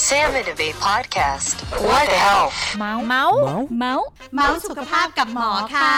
Sam and Abe podcast. What the hell? เมาส์สุขภาพกับหมอค่ะ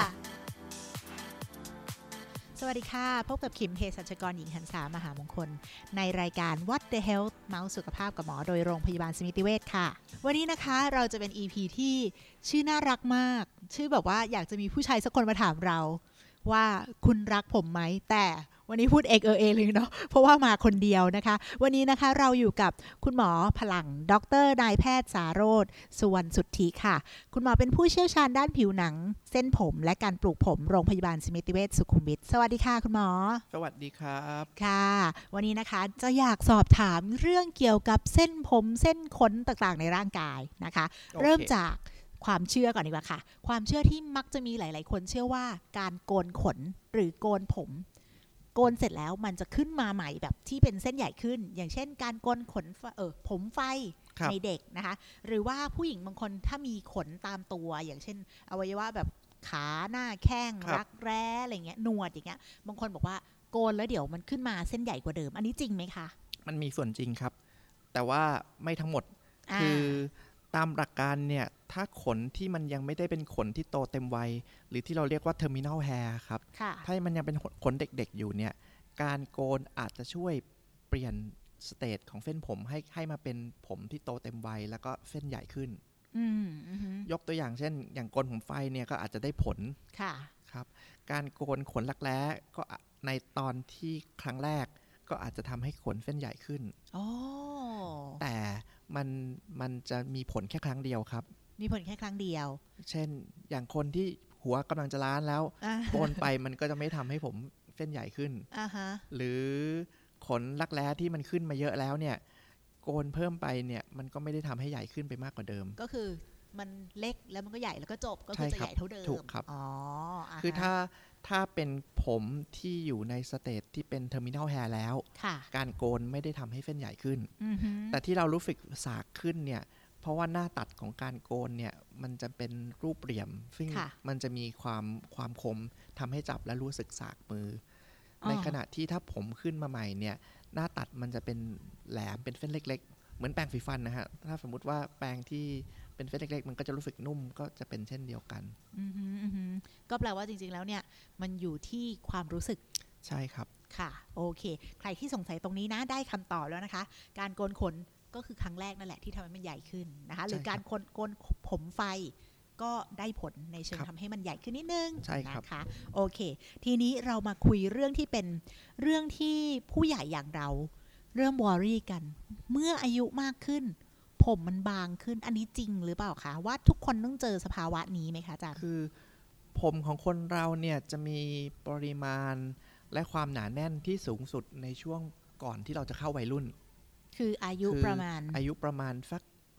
สวัสดีค่ะพบกับขิมเภสัชกรหญิงหันษามหามงคลในรายการ What the Health เมาส์สุขภาพกับหมอโดยโรงพยาบาลสมิติเวชค่ะวันนี้นะคะเราจะเป็น EP ที่ชื่อน่ารักมากชื่อแบบว่าอยากจะมีผู้ชายสักคนมาถามเราว่าคุณรักผมไหมแต่วันนี้พูดเองเลยเนาะเพราะว่ามาคนเดียวนะคะวันนี้นะคะเราอยู่กับคุณหมอพลังดร.นายแพทย์สาโรจน์สุวรรณสุทธิค่ะคุณหมอเป็นผู้เชี่ยวชาญด้านผิวหนังเส้นผมและการปลูกผมโรงพยาบาลสมิติเวชสุขุมวิทสวัสดีค่ะคุณหมอสวัสดีครับค่ะวันนี้นะคะจะอยากสอบถามเรื่องเกี่ยวกับเส้นผมเส้นขนต่างๆในร่างกายนะคะ เริ่มจากความเชื่อก่อนดีกว่าค่ะความเชื่อที่มักจะมีหลายๆคนเชื่อว่าการโกนขนหรือโกนผมโกนเสร็จแล้วมันจะขึ้นมาใหม่แบบที่เป็นเส้นใหญ่ขึ้นอย่างเช่นการโกนขนผมไฟในเด็กนะคะหรือว่าผู้หญิงบางคนถ้ามีขนตามตัวอย่างเช่นอวัยวะแบบขาหน้าแข้งรักแร้อะไรเงี้ยหนวดอย่างเงี้ยบางคนบอกว่าโกนแล้วเดี๋ยวมันขึ้นมาเส้นใหญ่กว่าเดิมอันนี้จริงไหมคะมันมีส่วนจริงครับแต่ว่าไม่ทั้งหมดคือตามหลักการเนี่ยถ้าขนที่มันยังไม่ได้เป็นขนที่โตเต็มวัยหรือที่เราเรียกว่า terminal hair ครับถ้ามันยังเป็นขนเด็กๆอยู่เนี่ยการโกนอาจจะช่วยเปลี่ยนสเตจของเส้นผมให้มาเป็นผมที่โตเต็มวัยแล้วก็เส้นใหญ่ขึ้นยกตัวอย่างเช่นอย่างโกนผมไฟเนี่ยก็อาจจะได้ผลครับการโกนขนรักแร้ก็ในตอนที่ครั้งแรกก็อาจจะทำให้ขนเส้นใหญ่ขึ้นแต่มันจะมีผลแค่ครั้งเดียวครับมีผลแค่ครั้งเดียวเช่นอย่างคนที่หัวกำลังจะล้านแล้วโกนไปมันก็จะไม่ทำให้ผมเส้นใหญ่ขึ้นหรือขนรักแร้ที่มันขึ้นมาเยอะแล้วเนี่ยโกนเพิ่มไปเนี่ยมันก็ไม่ได้ทำให้ใหญ่ขึ้นไปมากกว่าเดิมก็คือมันเล็กแล้วมันก็ใหญ่แล้วก็จบก็คือจะใหญ่เท่าเดิมถูกครับคือถ้าเป็นผมที่อยู่ในสเตจที่เป็น terminal hair แล้วการโกนไม่ได้ทำให้เส้นใหญ่ขึ้นแต่ที่เรารู้สึกสากขึ้นเนี่ยเพราะว่าหน้าตัดของการโกนเนี่ยมันจะเป็นรูปเหลี่ยมซึ่งมันจะมีความคมทำให้จับและรู้สึกสากมือในขณะที่ถ้าผมขึ้นมาใหม่เนี่ยหน้าตัดมันจะเป็นแหลมเป็นเส้นเล็กๆเหมือนแปรงสีฟันนะฮะถ้าสมมุติว่าแปรงที่เป็นเส้นเล็กๆมันก็จะรู้สึกนุ่มก็จะเป็นเช่นเดียวกันก็แปลว่าจริงๆแล้วเนี่ยมันอยู่ที่ความรู้สึกใช่ครับค่ะโอเคใครที่สงสัยตรงนี้นะได้คำตอบแล้วนะคะการโกนขนก็คือครั้งแรกนั่นแหละที่ทำให้มันใหญ่ขึ้นนะคะหรือการโกนผมไฟก็ได้ผลในเชิงทำให้มันใหญ่ขึ้นนิดนึงนะคะโอเคทีนี้เรามาคุยเรื่องที่เป็นเรื่องที่ผู้ใหญ่อย่างเราเริ่มวอรี่กันเมื่ออายุมากขึ้นผมมันบางขึ้นอันนี้จริงหรือเปล่าคะว่าทุกคนต้องเจอสภาวะนี้ไหมคะอาจารย์คือผมของคนเราเนี่ยจะมีปริมาณและความหนาแน่นที่สูงสุดในช่วงก่อนที่เราจะเข้าวัยรุ่นคืออายุประมาณสัก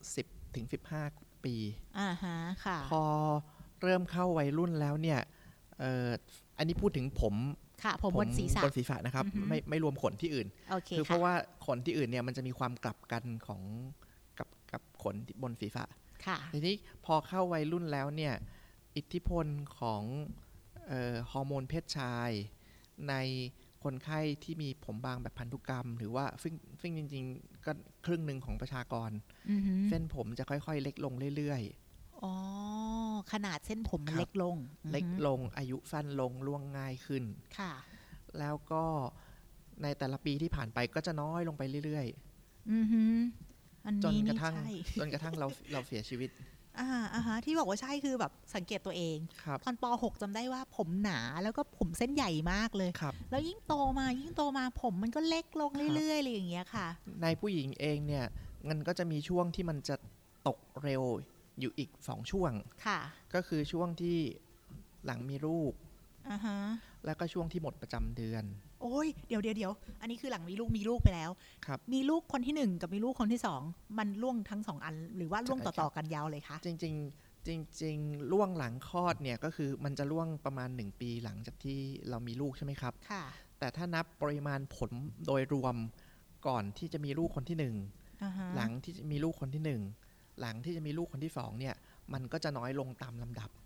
10-15 ปีค่ะพอเริ่มเข้าวัยรุ่นแล้วเนี่ยอันนี้พูดถึงผมบนศีรษะนะครับไม่รวมขนที่อื่นคือเพราะว่าขนที่อื่นเนี่ยมันจะมีความกลับกันของกับขนบนศีรษะทีนี้พอเข้าวัยรุ่นแล้วเนี่ยอิทธิพลของฮอร์โมนเพศชายในคนไข้ที่มีผมบางแบบพันธุกรรมหรือว่าซึ่งจริงๆก็ครึ่งหนึ่งของประชากรเส้นผมจะค่อยๆเล็กลงเรื่อยๆขนาดเส้นผมเล็กลงอายุสั้นลงร่วงง่ายขึ้นแล้วก็ในแต่ละปีที่ผ่านไปก็จะน้อยลงไปเรื่อยๆจนกระทั่งเราเสียชีวิตที่บอกว่าใช่คือแบบสังเกตตัวเองตอนป.6 จำได้ว่าผมหนาแล้วก็ผมเส้นใหญ่มากเลยแล้วยิ่งโตมาผมมันก็เล็กลงเรื่อยๆอะไรอย่างเงี้ยค่ะในผู้หญิงเองเนี่ยมันก็จะมีช่วงที่มันจะตกเร็วอยู่อีก2ช่วงก็คือช่วงที่หลังมีลูกแล้วก็ช่วงที่หมดประจำเดือนโอ้ยเดี๋ยวอันนี้คือหลังมีลูกไปแล้วมีลูกคนที่1กับมีลูกคนที่2มันล่วงทั้ง2อันหรือว่าล่วงต่อๆกันยาวเลยคะจริงล่วงหลังคลอดเนี่ยก็คือมันจะล่วงประมาณ1ปีหลังจากที่เรามีลูกใช่ไหมครับแต่ถ้านับปริมาณผลโดยรวมก่อนที่จะมีลูกคนที่1หลังที่จะมีลูกคนที่1หลังที่จะมีลูกคนที่2เนี่ยมันก็จะน้อยลงตามลำดับ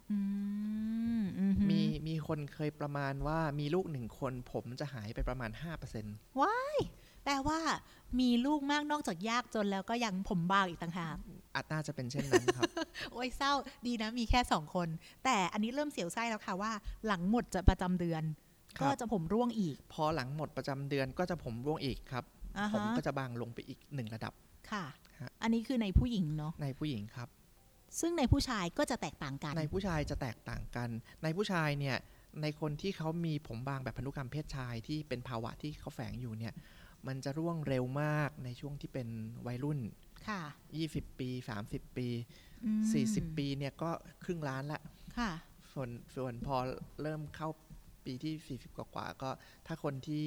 มีคนเคยประมาณว่ามีลูก1คนผมจะหายไปประมาณ 5% ว้ายแปลว่ามีลูกมากนอกจากยากจนแล้วก็ยังผมบางอีกต่างหากอาจน่าจะเป็นเช่นนั้นครับโอ้ยเศร้าดีนะมีแค่2คนแต่อันนี้เริ่มเสียวไส้แล้วค่ะว่าหลังหมดจะประจำเดือนก็จะผมร่วงอีกพอหลังหมดประจำเดือนก็จะผมร่วงอีกครับผมก็จะบางลงไปอีก1ระดับค่ะอันนี้คือในผู้หญิงเนาะในผู้หญิงครับซึ่งในผู้ชายก็จะแตกต่างกันในผู้ชายจะแตกต่างกันในผู้ชายเนี่ยในคนที่เขามีผมบางแบบพันธุกรรมเพศชายที่เป็นภาวะที่เขาแฝงอยู่เนี่ยมันจะร่วงเร็วมากในช่วงที่เป็นวัยรุ่นค่ะ 20 ปี30 ปี40 ปีเนี่ยก็ครึ่งล้านละค่ะส่วนพอเริ่มเข้าปีที่40กว่าก็ถ้าคนที่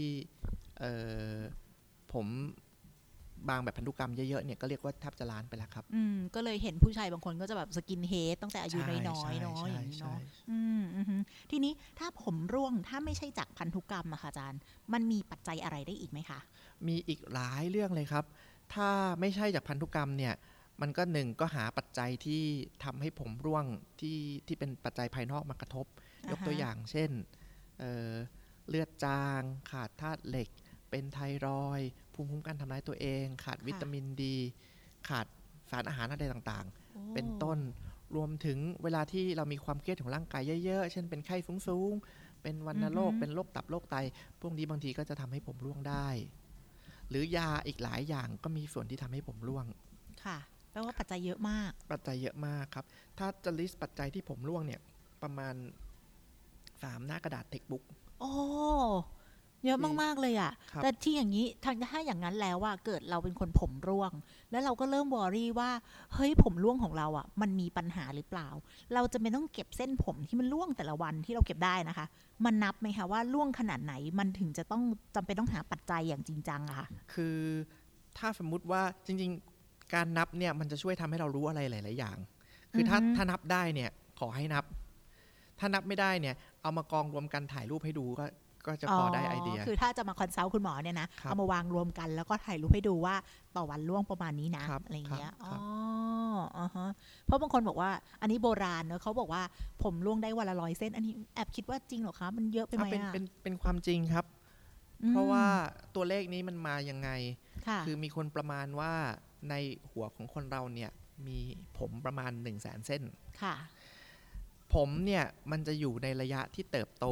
ผมบางแบบพันธุกรรมเยอะๆเนี่ยก็เรียกว่าแทบจะล้านไปแล้วครับก็เลยเห็นผู้ชายบางคนก็จะแบบสกินเฮดตั้งแต่อายุน้อยๆเนาะอย่างนี้เนาะทีนี้ถ้าผมร่วงถ้าไม่ใช่จากพันธุกรรมอะค่ะอาจารย์มันมีปัจจัยอะไรได้อีกไหมคะมีอีกหลายเรื่องเลยครับถ้าไม่ใช่จากพันธุกรรมเนี่ยมันก็หนึ่งก็หาปัจจัยที่ทำให้ผมร่วงที่เป็นปัจจัยภายนอกมากระทบยกตัวอย่างเช่นเลือดจางขาดธาตุเหล็กเป็นไทรอยด์ภูมิคุ้มกันทำร้ายตัวเองขาดวิตามินดีขาดสารอาหารอะไรต่างๆเป็นต้นรวมถึงเวลาที่เรามีความเครียดของร่างกายเยอะๆเช่นเป็นไข้สูงๆเป็นวัณโรคเป็นโรคตับโรคไตพวกนี้บางทีก็จะทำให้ผมร่วงได้หรือยาอีกหลายอย่างก็มีส่วนที่ทำให้ผมร่วงค่ะแปลว่าปัจจัยเยอะมากปัจจัยเยอะมากครับถ้าจะลิสต์ปัจจัยที่ผมร่วงเนี่ยประมาณ3 หน้ากระดาษเทคบุ๊กโอ้เยอะมากๆเลยอ่ะแต่ที่อย่างนี้ถ้าอย่างนั้นแล้วว่าเกิดเราเป็นคนผมร่วงแล้วเราก็เริ่มวอรี่ว่าเฮ้ยผมร่วงของเราอ่ะมันมีปัญหาหรือเปล่าเราจะไม่ต้องเก็บเส้นผมที่มันร่วงแต่ละวันที่เราเก็บได้นะคะมันนับไหมคะว่าร่วงขนาดไหนมันถึงจะต้องจำเป็นต้องหาปัจจัยอย่างจริงจังอะค่ะคือถ้าสมมุติว่าจริงๆการนับเนี่ยมันจะช่วยทำให้เรารู้อะไรหลายๆอย่างคือถ้านับได้เนี่ยขอให้นับถ้านับไม่ได้เนี่ยเอามากองรวมกันถ่ายรูปให้ดูก็จะพอได้ไอเดียคือถ้าจะมาคอนซัลท์คุณหมอเนี่ยนะเอามาวางรวมกันแล้วก็ถ่ายรูปให้ดูว่าต่อวันร่วงประมาณนี้นะอะไรเงี้ยเพราะบางคนบอกว่าอันนี้โบราณเนอะเขาบอกว่าผมร่วงได้วันละ100 เส้นอันนี้แอบคิดว่าจริงเหรอคะมันเยอะไปไหมเป็นความจริงครับเพราะว่าตัวเลขนี้มันมายังไงคือมีคนประมาณว่าในหัวของคนเราเนี่ยมีผมประมาณ100,000 เส้นผมเนี่ยมันจะอยู่ในระยะที่เติบโต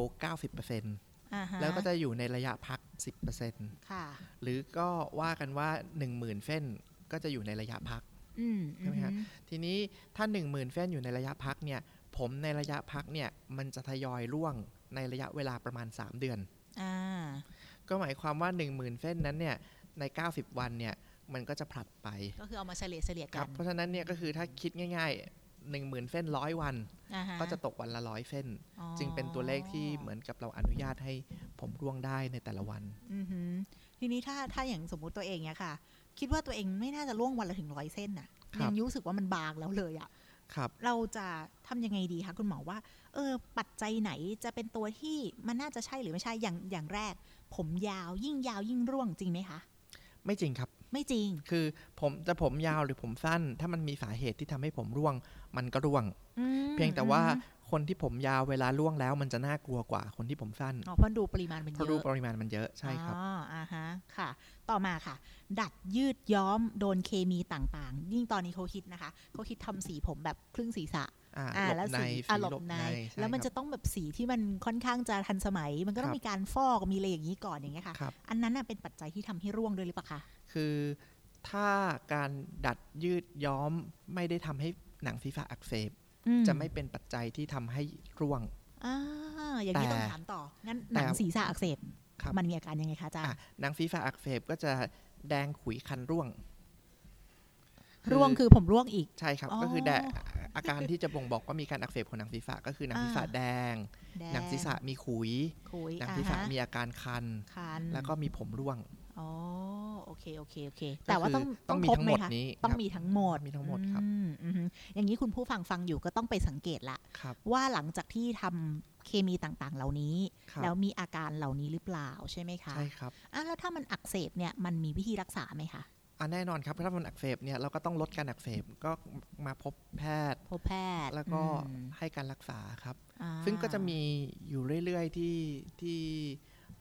90%แล้วก็จะอยู่ในระยะพัก 10% หรือก็ว่ากันว่า 10,000 เส้นก็จะอยู่ในระยะพักใช่ไหมครับทีนี้ถ้า 10,000 เส้นอยู่ในระยะพักเนี่ยผมในระยะพักเนี่ยมันจะทยอยร่วงในระยะเวลาประมาณ3 เดือนก็หมายความว่า 10,000 เส้นนั้นเนี่ยใน90 วันเนี่ยมันก็จะผลัดไปก็คือเอามาเฉลี่ยกันเพราะฉะนั้นเนี่ยก็คือถ้าคิดง่ายๆ 10,000 เส้น100 วันก็จะตกวันละ100 เส้นจึงเป็นตัวเลขที่เหมือนกับเราอนุญาตให้ผมร่วงได้ในแต่ละวันทีนี้ถ้าอย่างสมมุติตัวเองเนี่ยค่ะคิดว่าตัวเองไม่น่าจะร่วงวันละถึง100 เส้นน่ะยังรู้สึกว่ามันบางแล้วเลยอ่ะเราจะทำยังไงดีคะคุณหมอว่าปัจจัยไหนจะเป็นตัวที่มันน่าจะใช่หรือไม่ใช่อย่างแรกผมยาวยิ่งร่วงจริงไหมคะไม่จริงครับไม่จริงคือผมยาวหรือผมสั้นถ้ามันมีสาเหตุที่ทำให้ผมร่วงมันก็ร่วงเพียงแต่ว่าคนที่ผมยาวเวลาร่วงแล้วมันจะน่ากลัวกว่าคนที่ผมสั้นเพราะดูปริมาณมันเยอะดูปริมาณมันเยอะใช่ครับค่ะต่อมาค่ะดัดยืดย้อมโดนเคมีต่างๆยิ่งตอนนี้เขาคิดนะคะเขาคิดทำสีผมแบบครึ่งศีรษะแล้วสีหลบในแล้วมันจะต้องแบบสีที่มันค่อนข้างจะทันสมัยมันก็ต้องมีการฟอกมีอะไรอย่างนี้ก่อนอย่างเงี้ยค่ะอันนั้นเป็นปัจจัยที่ทำให้ร่วงด้วยหรือเปล่าคะคือถ้าการดัดยืดย้อมไม่ได้ทำให้หนังศีรษะอักเสบจะไม่เป็นปัจจัยที่ทำให้ร่วงอย่างนี้ต้องถามต่องั้นหนังศีรษะอักเสบมันมีอาการยังไงคะอาจารย์หนังศีรษะอักเสบก็จะแดงขุยคันร่วงคือผมร่วงอีกใช่ครับก็คืออาการที่จะบ่งบอกว่ามีการอักเสบของหนังศีรษะก็คือหนังศีรษะแดงหนังศีรษะมีขุยหนังศีรษะมีอาการคันแล้วก็มีผมร่วงโอเคแต่ว่าต้องมีทั้งหมดนี้ต้องมีทั้งหมดครับอย่างนี้คุณผู้ฟังฟังอยู่ก็ต้องไปสังเกตละว่าหลังจากที่ทำเคมีต่างๆเหล่านี้แล้วมีอาการเหล่านี้หรือเปล่าใช่ไหมคะใช่ครับแล้วถ้ามันอักเสบเนี่ยมันมีวิธีรักษาไหมคะแน่นอนครับถ้ามันอักเสบเนี่ยเราก็ต้องลดการอักเสบก็มาพบแพทย์แล้วก็ให้การรักษาครับซึ่งก็จะมีอยู่เรื่อยๆที่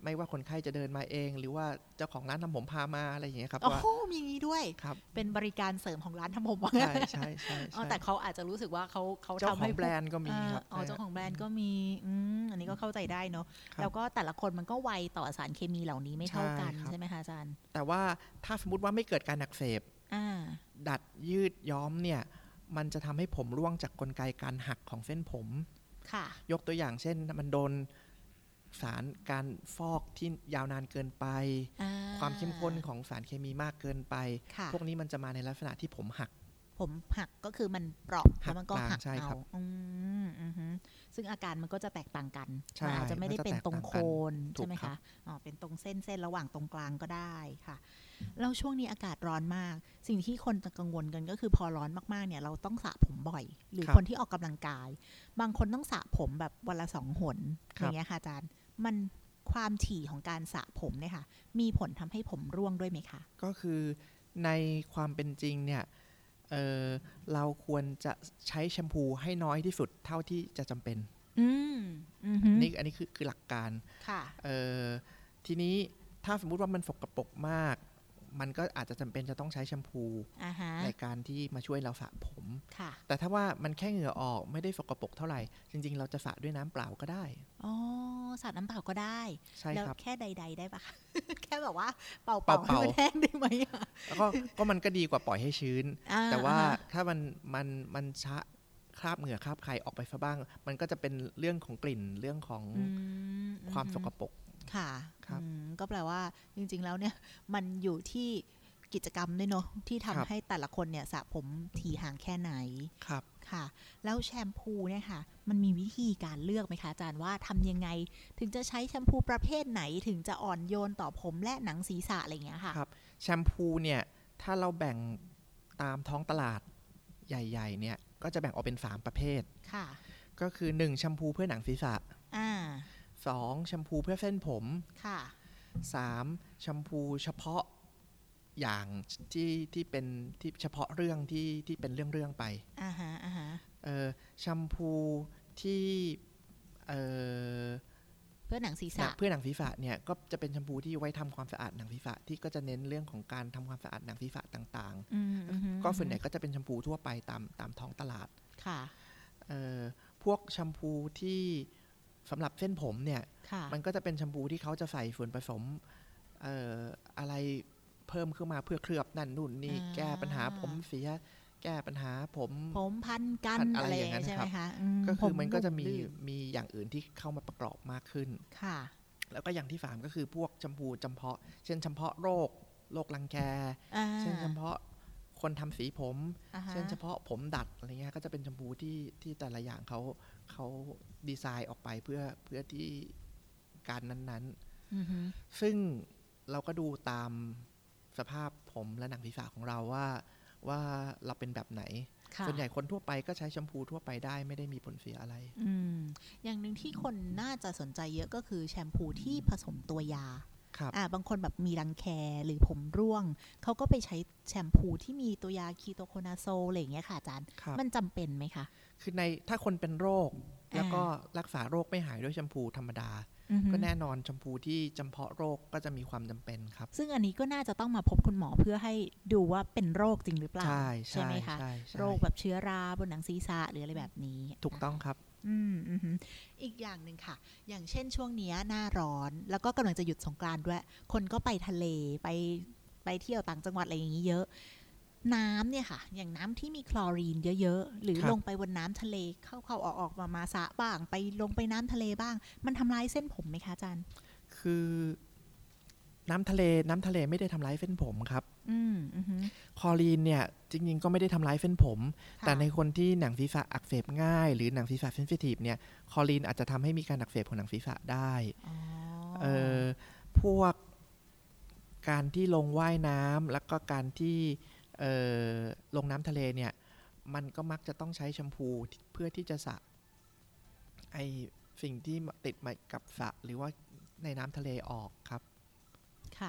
ไม่ว่าคนไข้จะเดินมาเอง หรือว่าเจ้าของร้านทำผมพามาอะไรอย่างเงี้ยครับโอ้โหมีงี้ด้วยเป็นบริการเสริมของร้านทำผมใช่ใช่ใช่แต่เขาอาจจะรู้สึกว่าเขาทำให้แบรนด์ก็มีครับเจ้าของแบรนด์ก็มีอันนี้ก็เข้าใจได้เนาะแล้วก็แต่ละคนมันก็ไวต่อสารเคมีเหล่านี้ไม่เท่ากันใช่ไหมคะอาจารย์แต่ว่าถ้าสมมติว่าไม่เกิดการอักเสบดัดยืดย้อมเนี่ยมันจะทำให้ผมร่วงจากกลไกการหักของเส้นผมยกตัวอย่างเช่นมันโดนสารการฟอกที่ยาวนานเกินไปความเข้มข้นของสารเคมีมากเกินไปพวกนี้มันจะมาในลักษณะที่ผมหักก็คือมันเปราะแล้วมันก็หักเอาซึ่งอาการมันก็จะแตกต่างกันอาจจะไม่ได้เป็นตรงโคนใช่ไหมคะเป็นตรงเส้นระหว่างตรงกลางก็ได้ค่ะแล้วช่วงนี้อากาศร้อนมากสิ่งที่คนจะกังวลกันก็คือพอร้อนมากๆเนี่ยเราต้องสระผมบ่อยหรือคนที่ออกกำลังกายบางคนต้องสระผมแบบวันละ2 หนอย่างเงี้ยค่ะอาจารย์มันความถี่ของการสระผมเนี่ยค่ะมีผลทำให้ผมร่วงด้วยไหมคะก็คือในความเป็นจริงเนี่ยเราควรจะใช้แชมพูให้น้อยที่สุดเท่าที่จะจำเป็นนี่อันนี้คือหลักการทีนี้ถ้าสมมุติว่ามันสกปรกมากมันก็อาจจะจำเป็นจะต้องใช้แชมพูในการที่มาช่วยเราสระผมแต่ถ้าว่ามันแค่เหงื่อออกไม่ได้สกปรกเท่าไหร่จริงๆเราจะสระด้วยน้ำเปล่าก็ได้สระน้ำเปล่าก็ได้ใช่ครับแค่ใดๆได้ปะ แค่แบบว่าเป่าให้มันแห้งได้ไหมก็มันก็ดีกว่าปล่อยให้ชื้นแต่ว่าถ้ามันชะคราบเหงื่อคราบไข่ออกไปซะบ้างมันก็จะเป็นเรื่องของกลิ่นเรื่องของความสกปรกค่ะก็แปลว่าจริงๆแล้วเนี่ยมันอยู่ที่กิจกรรมด้วยเนาะที่ทำให้แต่ละคนเนี่ยสระผมถี่ห่างแค่ไหนครับค่ะแล้วแชมพูเนี่ยค่ะมันมีวิธีการเลือกไหมคะอาจารย์ว่าทำยังไงถึงจะใช้แชมพูประเภทไหนถึงจะอ่อนโยนต่อผมและหนังศีรษะอะไรอย่างเงี้ยค่ะครับแชมพูเนี่ยถ้าเราแบ่งตามท้องตลาดใหญ่ๆเนี่ยก็จะแบ่งออกเป็น3ประเภทค่ะก็คือ1แชมพูเพื่อหนังศีรษะ2แชมพูเพื่อเส้นผมค่ะ 3แชมพูเฉพาะอย่างที่เป็นที่เฉพาะเรื่องที่เป็นเรื่องไปแชมพูที่เพื่อหนังศีรษะเนี่ยก็จะเป็นแชมพูที่ไว้ทำความสะอาดหนังศีรษะที่ก็จะเน้นเรื่องของการทำความสะอาดหนังศีรษะต่างๆก็ส่วนใหญ่ก็จะเป็นแชมพูทั่วไปตามท้องตลาดค่ะพวกแชมพูที่สำหรับเส้นผมเนี่ยมันก็จะเป็นแชมพูที่เขาจะใส่ส่วนผสมอะไรเพิ่มขึ้นมาเพื่อเคลือบนั่นนู่นนี่แก้ปัญหาผมเสียแก้ปัญหาผมพันกันอะไรอย่างนั้นใช่ไหมคะก็คือมันก็จะมีอย่างอื่นที่เข้ามาประกอบมากขึ้นค่ะแล้วก็อย่างที่3ก็คือพวกแชมพูจำเพาะเช่นเฉพาะโรครังแคเช่นเฉพาะคนทำสีผมเช่นเฉพาะผมดัดอะไรเงี้ยก็จะเป็นแชมพูที่แต่ละอย่างเขาดีไซน์ออกไปเพื่อที่การนั้นๆซึ่งเราก็ดูตามสภาพผมและหนังศีรษะของเราว่าเราเป็นแบบไหนส่วนใหญ่คนทั่วไปก็ใช้แชมพูทั่วไปได้ไม่ได้มีผลเสียอะไรอย่างหนึ่งที่คนน่าจะสนใจเยอะก็คือแชมพูที่ผสมตัวยาบางคนแบบมีรังแคหรือผมร่วงเขาก็ไปใช้แชมพูที่มีตัวยาคีโตโคนาโซลอะไรอย่างเงี้ยค่ะอาจารย์มันจำเป็นไหมคะคือถ้าคนเป็นโรคแล้วก็รักษาโรคไม่หายด้วยแชมพูธรรมดาก็แน่นอนแชมพูที่จำเพาะโรคก็จะมีความจำเป็นครับซึ่งอันนี้ก็น่าจะต้องมาพบคุณหมอเพื่อให้ดูว่าเป็นโรคจริงหรือเปล่าใช่ไหมคะโรคแบบเชื้อราบนหนังศีรษะหรืออะไรแบบนี้ถูกต้องครับอีกอย่างหนึ่งค่ะอย่างเช่นช่วงนี้หน้าร้อนแล้วก็กำลังจะหยุดสงกรานต์ด้วยคนก็ไปทะเลไปเที่ยวต่างจังหวัดอะไรอย่างนี้เยอะน้ำเนี่ยค่ะอย่างน้ำที่มีคลอรีนเยอะๆหรือลงไปบนน้ำทะเลเข้าออกมาสระบ้างไปลงไปน้ำทะเลบ้างมันทำลายเส้นผมไหมคะอาจารย์คือน้ำทะเลไม่ได้ทำลายเส้นผมครับคลอรีนเนี่ยจริงๆก็ไม่ได้ทำลายเส้นผมแต่ในคนที่หนังศีรษะอักเสบง่ายหรือหนังศีรษะเซนซิทีฟเนี่ยคลอรีนอาจจะทำให้มีการอักเสบของหนังศีรษะได้พวกการที่ลงว่ายน้ำแล้วก็การที่ลงน้ำทะเลเนี่ยมันก็มักจะต้องใช้แชมพูเพื่อที่จะสระไอสิ่งที่ติดมากับสระหรือว่าในน้ำทะเลออกครับค่ะ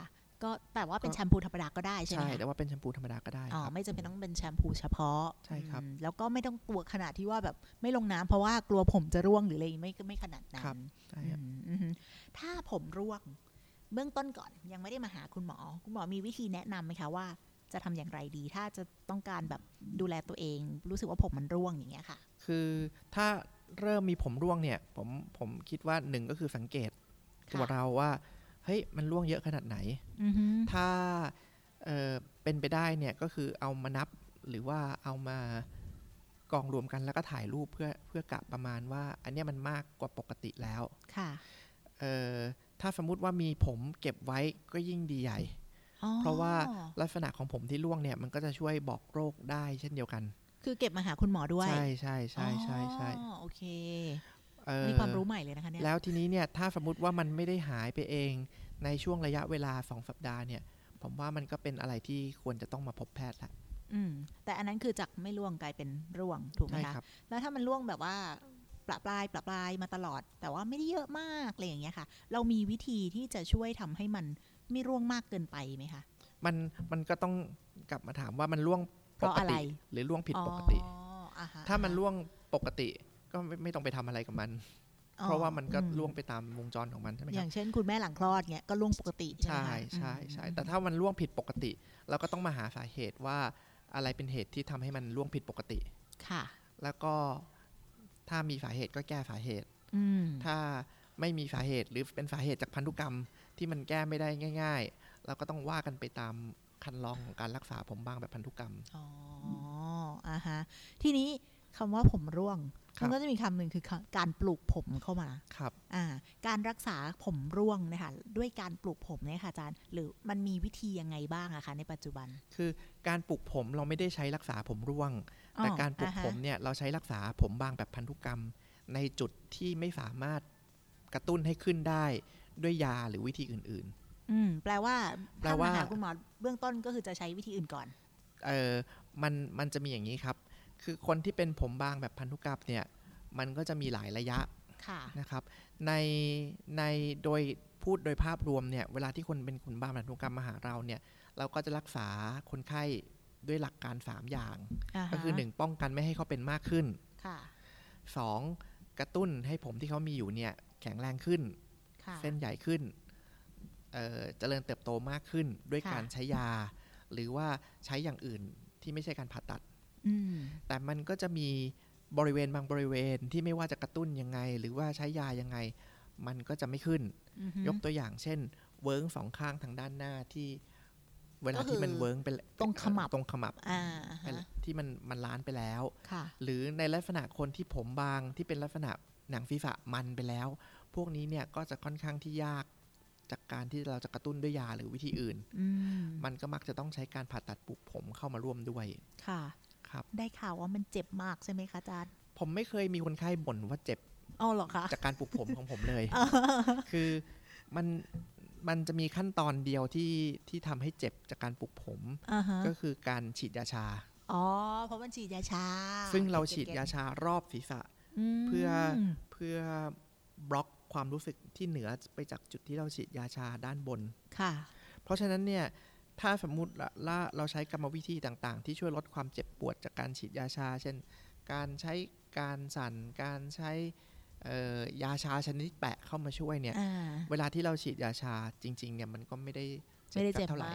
ก็แต่ว่าเป็นแชมพูธรรมดาก็ได้ใช่ไหมใช่แต่ว่าเป็นแชมพูธรรมดาก็ได้ครับไม่จำเป็นต้องเป็นแชมพูเฉพาะใช่ครับแล้วก็ไม่ต้องกลัวขนาดที่ว่าแบบไม่ลงน้ำเพราะว่ากลัวผมจะร่วงหรืออะไรไม่ขนาดนั้นถ้าผมร่วงเบื้องต้นก่อนยังไม่ได้มาหาคุณหมอมีวิธีแนะนำไหมคะว่าจะทำอย่างไรดีถ้าจะต้องการแบบดูแลตัวเองรู้สึกว่าผมมันร่วงอย่างเงี้ยค่ะคือถ้าเริ่มมีผมร่วงเนี่ยผมคิดว่าหนึ่งก็คือสังเกตตัวเราว่าเฮ้ยมันร่วงเยอะขนาดไหนถ้าเป็นไปได้เนี่ยก็คือเอามานับหรือว่าเอามากองรวมกันแล้วก็ถ่ายรูปเพื่อกะประมาณว่าอันนี้มันมากกว่าปกติแล้วค่ะถ้าสมมุติว่ามีผมเก็บไว้ก็ยิ่งดีใหญ่เพราะว่าลักษณะของผมที่ร่วงเนี่ยมันก็จะช่วยบอกโรคได้เช่นเดียวกันคือเก็บมาหาคุณหมอด้วยใช่ใช่ใช่ใช่ใช่โอเคนี่ความรู้ใหม่เลยนะคะเนี่ยแล้วทีนี้เนี่ยถ้าสมมติว่ามันไม่ได้หายไปเองในช่วงระยะเวลา2 สัปดาห์เนี่ยผมว่ามันก็เป็นอะไรที่ควรจะต้องมาพบแพทย์ละแต่อันนั้นคือจากไม่ร่วงกลายเป็นร่วงถูกไหมคะแล้วถ้ามันร่วงแบบว่าประปรายมาตลอดแต่ว่าไม่ได้เยอะมากอะไรอย่างเงี้ยค่ะเรามีวิธีที่จะช่วยทำให้มันไม่ร่วงมากเกินไปไหมคะมันก็ต้องกลับมาถามว่ามันร่วงปกติหรือร่วงผิดปกติถ้ามันร่วงปกติก็ไม่ต้องไปทำอะไรกับมันเพราะว่ามันก็ร่วงไปตามวงจรของมันใช่ไหมครับอย่างเช่นคุณแม่หลังคลอดเงี้ยก็ร่วงปกติใช่ใช่ใช่แต่ถ้ามันร่วงผิดปกติเราก็ต้องมาหาสาเหตุว่าอะไรเป็นเหตุที่ทำให้มันร่วงผิดปกติค่ะแล้วก็ถ้ามีสาเหตุก็แก้สาเหตุถ้าไม่มีสาเหตุหรือเป็นสาเหตุจากพันธุกรรมที่มันแก้ไม่ได้ง่ายๆเราก็ต้องว่ากันไปตามคันลองของการรักษาผมบางแบบพันธุกรรมฮะทีนี้คำว่าผมร่วงมันก็จะมีคำหนึ่งคือการปลูกผมเข้ามาครับการรักษาผมร่วงนะคะด้วยการปลูกผมเนี่ยค่ะอาจารย์หรือมันมีวิธียังไงบ้างอะคะในปัจจุบันคือการปลูกผมเราไม่ได้ใช้รักษาผมร่วงแต่การปลูกผมเนี่ยเราใช้รักษาผมบางแบบพันธุกรรมในจุดที่ไม่สามารถกระตุ้นให้ขึ้นได้ด้วยยาหรือวิธีอื่นแปลว่าถ้ามาหาคุณหมอเบื้องต้นก็คือจะใช้วิธีอื่นก่อนมันจะมีอย่างนี้ครับคือคนที่เป็นผมบางแบบพันธุกรรมเนี่ยมันก็จะมีหลายระยะนะครับในโดยพูดโดยภาพรวมเนี่ยเวลาที่คนเป็นคนบางพันธุกรรมมาหาเราเนี่ยเราก็จะรักษาคนไข้ด้วยหลักการ3อย่างก็คือ1ป้องกันไม่ให้เขาเป็นมากขึ้น2กระตุ้นให้ผมที่เขามีอยู่เนี่ยแข็งแรงขึ้นเส้นใหญ่ขึ้นเจริญเติบโตมากขึ้นด้วยการใช้ยาหรือว่าใช้อย่างอื่นที่ไม่ใช่การผ่าตัดแต่มันก็จะมีบริเวณบางบริเวณที่ไม่ว่าจะกระตุ้นยังไงหรือว่าใช้ยายังไงมันก็จะไม่ขึ้นยกตัวอย่างเช่นเวิ้งสองข้างทางด้านหน้าที่เวลาที่มันเวิ้งเป็นตรงขมับที่มันล้านไปแล้วหรือในลักษณะคนที่ผมบางที่เป็นลักษณะหนังศีรษะมันไปแล้วพวกนี้เนี่ยก็จะค่อนข้างที่ยากจากการที่เราจะกระตุ้นด้วยยาหรือวิธีอื่นมันก็มักจะต้องใช้การผ่าตัดปลูกผมเข้ามาร่วมด้วยค่ะได้ข่าวว่ามันเจ็บมากใช่ไหมคะอาจารย์ผมไม่เคยมีคนไข้บ่นว่าเจ็บหรอคะจากการปลูกผมของผมเลยคือมันจะมีขั้นตอนเดียวที่ทำให้เจ็บจากการปลูกผมก็คือการฉีดยาชาเพราะมันฉีดยาชาซึ่งเราฉีดยาชารอบศีรษะเพื่อบล็อกความรู้สึกที่เหนือไปจากจุดที่เราฉีดยาชาด้านบนเพราะฉะนั้นเนี่ยถ้าสมมุติเราใช้กรรมวิธีต่างๆที่ช่วยลดความเจ็บปวดจากการฉีดยาชาเช่นการใช้การสั่นการใช้ยาชาชนิดแปะเข้ามาช่วยเนี่ยเวลาที่เราฉีดยาชาจริงๆเนี่ยมันก็ไม่ได้เจ็บเท่าไหร่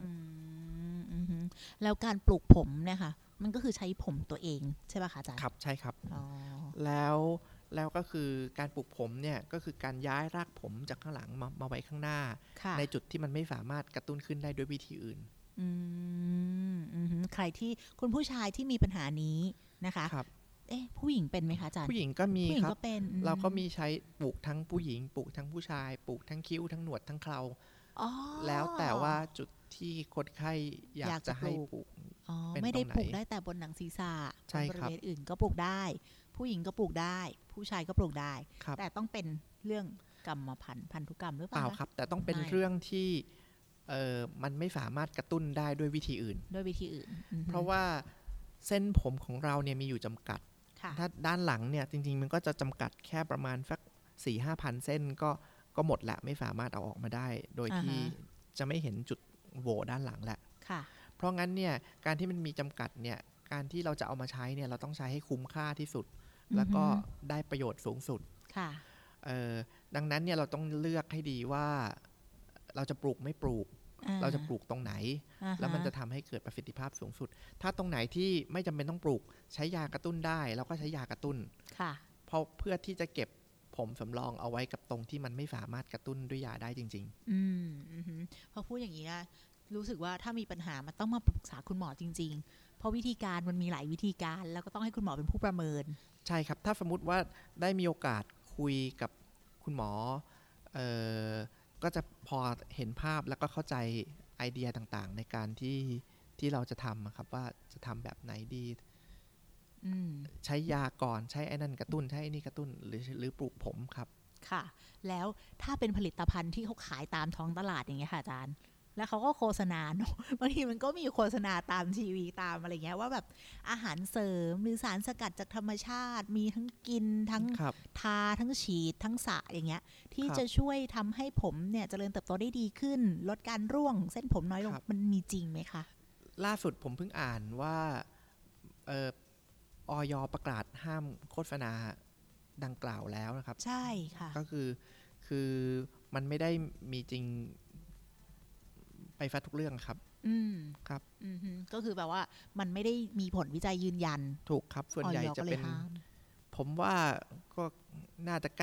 แล้วการปลูกผมเนี่ยค่ะมันก็คือใช้ผมตัวเองใช่ป่ะคะอาจารย์ครับใช่ครับแล้วก็คือการปลูกผมเนี่ยก็คือการย้ายรากผมจากข้างหลังมาไว้ข้างหน้าในจุดที่มันไม่สามารถกระตุ้นขึ้นได้ด้วยวิธีอื่นใครที่คุณผู้ชายที่มีปัญหานี้นะคะผู้หญิงเป็นไหมคะอาจารย์ผู้หญิงก็มีครับเราก็มีใช้ปลูกทั้งผู้หญิงปลูกทั้งผู้ชายปลูกทั้งคิ้วทั้งหนวดทั้งเคราแล้วแต่ว่าจุดที่คนไข้อยากจะให้ปลูกไม่ได้ปลูกได้แต่บนหนังศีรษะบริเวณอื่นก็ปลูกได้ผู้หญิงก็ปลูกได้ผู้ชายก็ปลูกได้แต่ต้องเป็นเรื่องกรรมพันธุกรรมหรือเปล่าครับแต่ต้องเป็นเรื่องที่มันไม่สามารถกระตุ้นได้ด้วยวิธีอื่นเพราะว่าเส้นผมของเราเนี่ยมีอยู่จำกัดถ้าด้านหลังเนี่ยจริงๆมันก็จะจำกัดแค่ประมาณสัก 4-5 พันเส้นก็หมดละไม่สามารถเอาออกมาได้โดยที่จะไม่เห็นจุดโหว่ด้านหลังแหละเพราะงั้นเนี่ยการที่มันมีจำกัดเนี่ยการที่เราจะเอามาใช้เนี่ยเราต้องใช้ให้คุ้มค่าที่สุดแล้วก็ได้ประโยชน์สูงสุดดังนั้นเนี่ยเราต้องเลือกให้ดีว่าเราจะปลูกไม่ปลูกเราจะปลูกตรงไหนแล้วมันจะทำให้เกิดประสิทธิภาพสูงสุดถ้าตรงไหนที่ไม่จำเป็นต้องปลูกใช้ยากระตุ้นได้เราก็ใช้ยากระตุ้นเพราะเพื่อที่จะเก็บผมสำรองเอาไว้กับตรงที่มันไม่สามารถกระตุ้นด้วยยาได้จริงๆพอพูดอย่างนี้รู้สึกว่าถ้ามีปัญหามันต้องมาปรึกษาคุณหมอจริงๆเพราะวิธีการมันมีหลายวิธีการแล้วก็ต้องให้คุณหมอเป็นผู้ประเมินใช่ครับถ้าสมมุติว่าได้มีโอกาสคุยกับคุณหมอก็จะพอเห็นภาพแล้วก็เข้าใจไอเดียต่างๆในการที่เราจะทำครับว่าจะทำแบบไหนดีใช้ยาก่อนใช้ไอ้นั่นกระตุ้นใช้ไอ้นี่กระตุ้นหรือปลูกผมครับค่ะแล้วถ้าเป็นผลิตภัณฑ์ที่เขาขายตามท้องตลาดอย่างเงี้ยค่ะอาจารย์แล้วเขาก็โฆษณาเนาะบางทีมันก็มีโฆษณาตามทีวีตามอะไรเงี้ยว่าแบบอาหารเสริมหรือสารสกัดจากธรรมชาติมีทั้งกินทั้งทาทั้งฉีดทั้งสระอย่างเงี้ยที่จะช่วยทำให้ผมเนี่ยเจริญเติบโตได้ดีขึ้นลดการร่วงเส้นผมน้อยลงมันมีจริงไหมคะล่าสุดผมเพิ่งอ่านว่าอย.ประกาศห้ามโฆษณาดังกล่าวแล้วนะครับใช่ค่ะก็คือมันไม่ได้มีจริงไปฟาทุกเรื่องครับครับก็คือแบบว่ามันไม่ได้มีผลวิจัยยืนยันถูกครับส่วนใหญ่จะเป็นผมว่าก็น่าจะ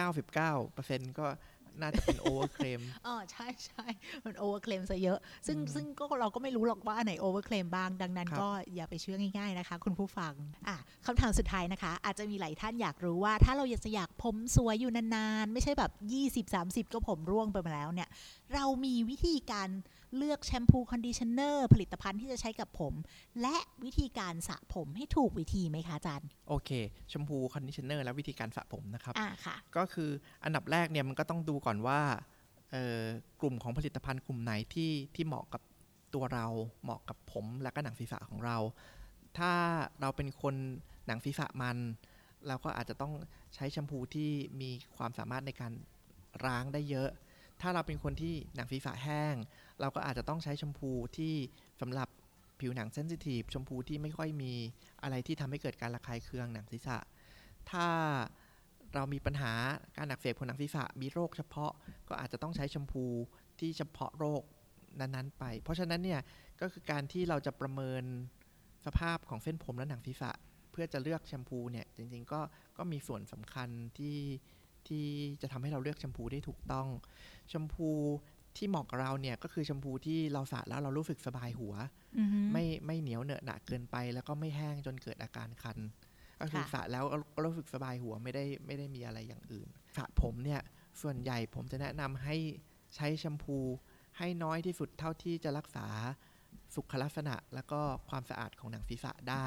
99% ก็น่าจะเป็นโอเวอร์เคลมใช่ๆมันโอเวอร์เคลมซะเยอะซึ่งก็เราก็ไม่รู้หรอกว่าไหนโอเวอร์เคลมบ้างดังนั้นก็อย่าไปเชื่อง่ายๆนะคะคุณผู้ฟังคำถามสุดท้ายนะคะอาจจะมีหลายท่านอยากรู้ว่าถ้าเราอยากผมสวยอยู่นานๆไม่ใช่แบบ20-30ก็ผมร่วงไปมาแล้วเนี่ยเรามีวิธีการเลือกแชมพูคอนดิชเนอร์ผลิตภัณฑ์ที่จะใช้กับผมและวิธีการสระผมให้ถูกวิธีไหมคะอาจารย์โอเคแชมพูคอนดิชเนอร์และวิธีการสระผมนะครับค่ะก็คืออันดับแรกเนี่ยมันก็ต้องดูก่อนว่ากลุ่มของผลิตภัณฑ์กลุ่มไหนที่เหมาะกับตัวเราเหมาะกับผมและก็หนังศีรษะของเราถ้าเราเป็นคนหนังศีรษะมันเราก็อาจจะต้องใช้แชมพูที่มีความสามารถในการล้างได้เยอะถ้าเราเป็นคนที่หนังศีรษะแห้งเราก็อาจจะต้องใช้แชมพูที่สำหรับผิวหนังเซนซิทีฟแชมพูที่ไม่ค่อยมีอะไรที่ทำให้เกิดการระคายเคืองหนังศีรษะถ้าเรามีปัญหาการอักเสบของหนังศีรษะมีโรคเฉพาะก็อาจจะต้องใช้แชมพูที่เฉพาะโรคนั้นๆไปเพราะฉะนั้นเนี่ยก็คือการที่เราจะประเมินสภาพของเส้นผมและหนังศีรษะเพื่อจะเลือกแชมพูเนี่ยจริงๆก็มีส่วนสำคัญที่จะทำให้เราเลือกแชมพูได้ถูกต้องแชมพูที่เหมาะกับเราเนี่ยก็คือแชมพูที่เราสระแล้วเรารู้สึกสบายหัวไม่เหนียวเหนอะหนะเกินไปแล้วก็ไม่แห้งจนเกิดอาการคันก็คือสระแล้วก็รู้สึกสบายหัวไม่ได้มีอะไรอย่างอื่นสระผมเนี่ยส่วนใหญ่ผมจะแนะนำให้ใช้แชมพูให้น้อยที่สุดเท่าที่จะรักษาสุขลักษณะแล้วก็ความสะอาดของหนังศีรษะได้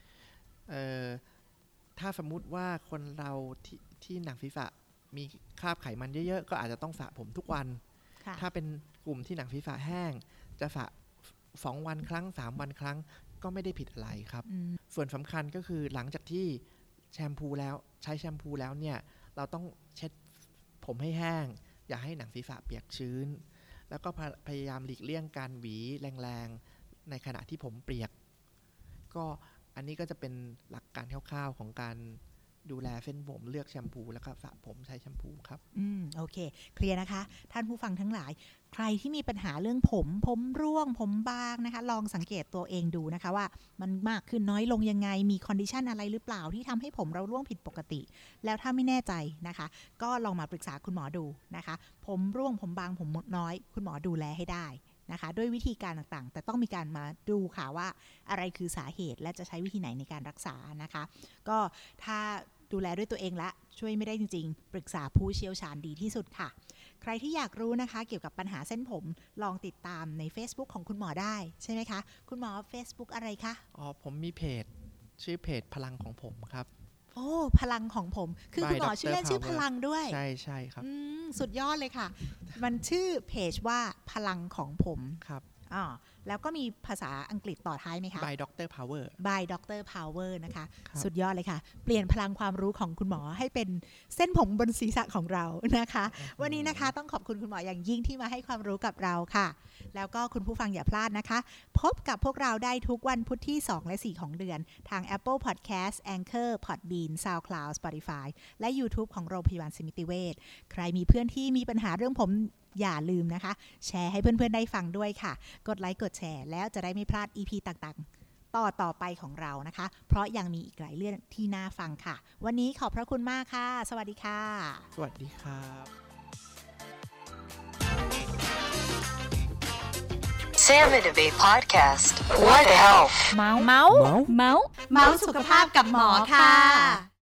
ถ้าสมมุติว่าคนเราที่หนังศีรษะมีคราบไขมันเยอะๆก็อาจจะต้องสระผมทุกวันถ้าเป็นกลุ่มที่หนังศีรษะแห้งจะสระ2 วันครั้ง3 วันครั้งก็ไม่ได้ผิดอะไรครับส่วนสำคัญก็คือหลังจากที่แชมพูแล้วใช้แชมพูแล้วเนี่ยเราต้องเช็ดผมให้แห้งอย่าให้หนังศีรษะเปียกชื้นแล้วก็พยายามหลีกเลี่ยงการหวีแรงๆในขณะที่ผมเปียกก็อันนี้ก็จะเป็นหลักการคร่าวๆของการดูแลเส้นผมเลือกแชมพูแล้วก็สระผมใช้แชมพูครับโอเคเคลียร์นะคะท่านผู้ฟังทั้งหลายใครที่มีปัญหาเรื่องผมร่วงผมบางนะคะลองสังเกตตัวเองดูนะคะว่ามันมากขึ้นน้อยลงยังไงมีคอนดิชันอะไรหรือเปล่าที่ทำให้ผมเราร่วงผิดปกติแล้วถ้าไม่แน่ใจนะคะก็ลองมาปรึกษาคุณหมอดูนะคะผมร่วงผมบางผมน้อยคุณหมอดูแลให้ได้นะคะด้วยวิธีการต่างๆแต่ต้องมีการมาดูค่ะว่าอะไรคือสาเหตุและจะใช้วิธีไหนในการรักษานะคะก็ถ้าดูแลด้วยตัวเองละช่วยไม่ได้จริงๆปรึกษาผู้เชี่ยวชาญดีที่สุดค่ะใครที่อยากรู้นะคะเกี่ยวกับปัญหาเส้นผมลองติดตามใน Facebook ของคุณหมอได้ใช่ไหมคะคุณหมอ Facebook อะไรคะผมมีเพจชื่อเพจพลังของผมครับโอ้พลังของผมคือคุณหมอชื่อเล่นชื่อพลังด้วยใช่ครับสุดยอดเลยค่ะมันชื่อเพจว่าพลังของผมครับแล้วก็มีภาษาอังกฤษต่อท้ายไหมคะ by Dr. Power by Dr. Power นะคะสุดยอดเลยค่ะเปลี่ยนพลังความรู้ของคุณหมอให้เป็นเส้นผมบนศีรษะของเรานะคะวันนี้นะคะต้องขอบคุณคุณหมออย่างยิ่งที่มาให้ความรู้กับเราค่ะแล้วก็คุณผู้ฟังอย่าพลาดนะคะพบกับพวกเราได้ทุกวันพุธที่2และ4ของเดือนทาง Apple Podcast Anchor Podbean SoundCloud Spotify และ YouTube ของโรงพยาบาลสมิติเวชใครมีเพื่อนที่มีปัญหาเรื่องผมอย่าลืมนะคะแชร์ให้เพื่อนๆได้ฟังด้วยค่ะกดไลค์กดแชร์แล้วจะได้ไม่พลาด EP ต่างๆต่อไปของเรานะคะเพราะยังมีอีกหลายเรื่องที่น่าฟังค่ะวันนี้ขอบพระคุณมากค่ะสวัสดีค่ะสวัสดีครับ Salmon Debate Podcast What the Health เมาส์สุขภาพกับหมอค่ะ